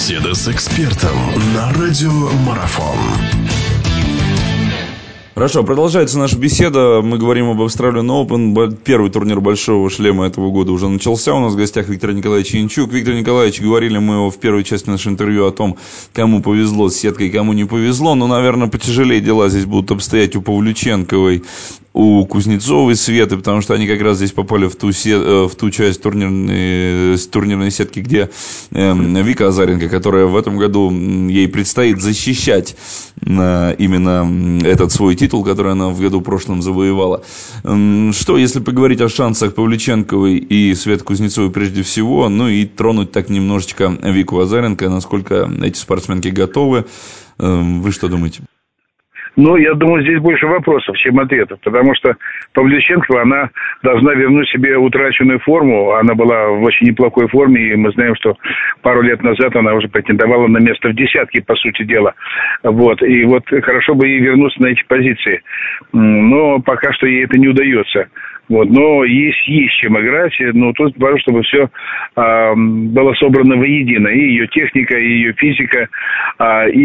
Беседа с экспертом на радио Марафон. Хорошо, продолжается наша беседа. Мы говорим об Australian Open. Первый турнир большого шлема этого года уже начался. У нас в гостях Виктор Николаевич Янчук. Виктор Николаевич, говорили мы в первой части нашего интервью о том, кому повезло с сеткой, кому не повезло. Но, наверное, потяжелее дела здесь будут обстоять у Павлюченковой, у Кузнецовой Светы, потому что они как раз здесь попали в ту часть турнирной сетки, где Вика Азаренко, которая в этом году ей предстоит защищать именно этот свой титул, который она в году прошлом завоевала. Что, если поговорить о шансах Павлюченковой и Светы Кузнецовой прежде всего, ну и тронуть так немножечко Вику Азаренко, насколько эти спортсменки готовы? Вы что думаете? Ну, я думаю, здесь больше вопросов, чем ответов, потому что Павлюченкова, она должна вернуть себе утраченную форму. Она была в очень неплохой форме, и мы знаем, что пару лет назад она уже претендовала на место в десятке, по сути дела. Вот. И вот хорошо бы ей вернуться на эти позиции. Но пока что ей это не удается. Вот. Но есть чем играть, но тут важно, чтобы все было собрано воедино. И ее техника, и ее физика, и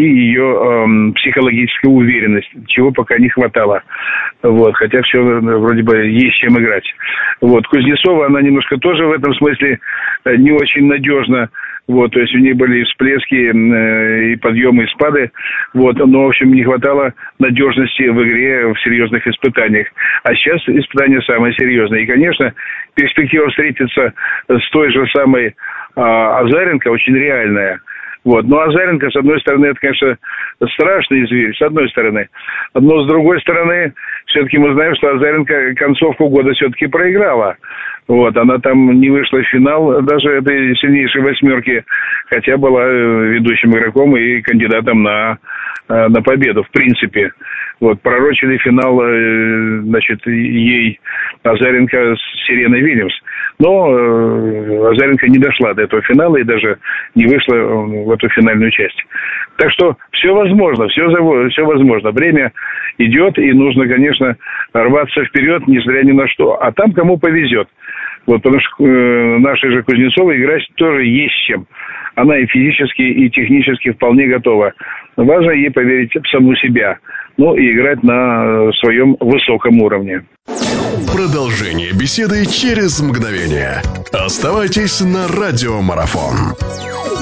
ее психологическая уверенность, чего пока не хватало. Вот. Хотя все вроде бы есть чем играть. Вот. Кузнецова, она немножко тоже в этом смысле не очень надежна. Вот, то есть у нее были и всплески, и подъемы, и спады. Вот, но, в общем, не хватало надежности в игре в серьезных испытаниях. А сейчас испытания самые серьезные. И, конечно, перспектива встретиться с той же самой Азаренко очень реальная. Вот. Но Азаренко, с одной стороны, это, конечно, страшный зверь, с одной стороны. Но, с другой стороны, все-таки мы знаем, что Азаренко концовку года все-таки проиграла. Вот. Она там не вышла в финал даже этой сильнейшей восьмерки, хотя была ведущим игроком и кандидатом на победу, в принципе. Вот. Пророчили финал, значит, ей Азаренко с Сиреной Вильямс. Но Азаренко не дошла до этого финала и даже не вышла в эту финальную часть. Так что все возможно, все возможно. Время идет, и нужно, конечно, рваться вперед, несмотря ни на что. А там кому повезет. Вот, потому что нашей же Кузнецовой играть тоже есть с чем. Она и физически, и технически вполне готова. Важно ей поверить в саму себя. Ну, и играть на своем высоком уровне. Продолжение беседы через мгновение. Оставайтесь на радио Марафон.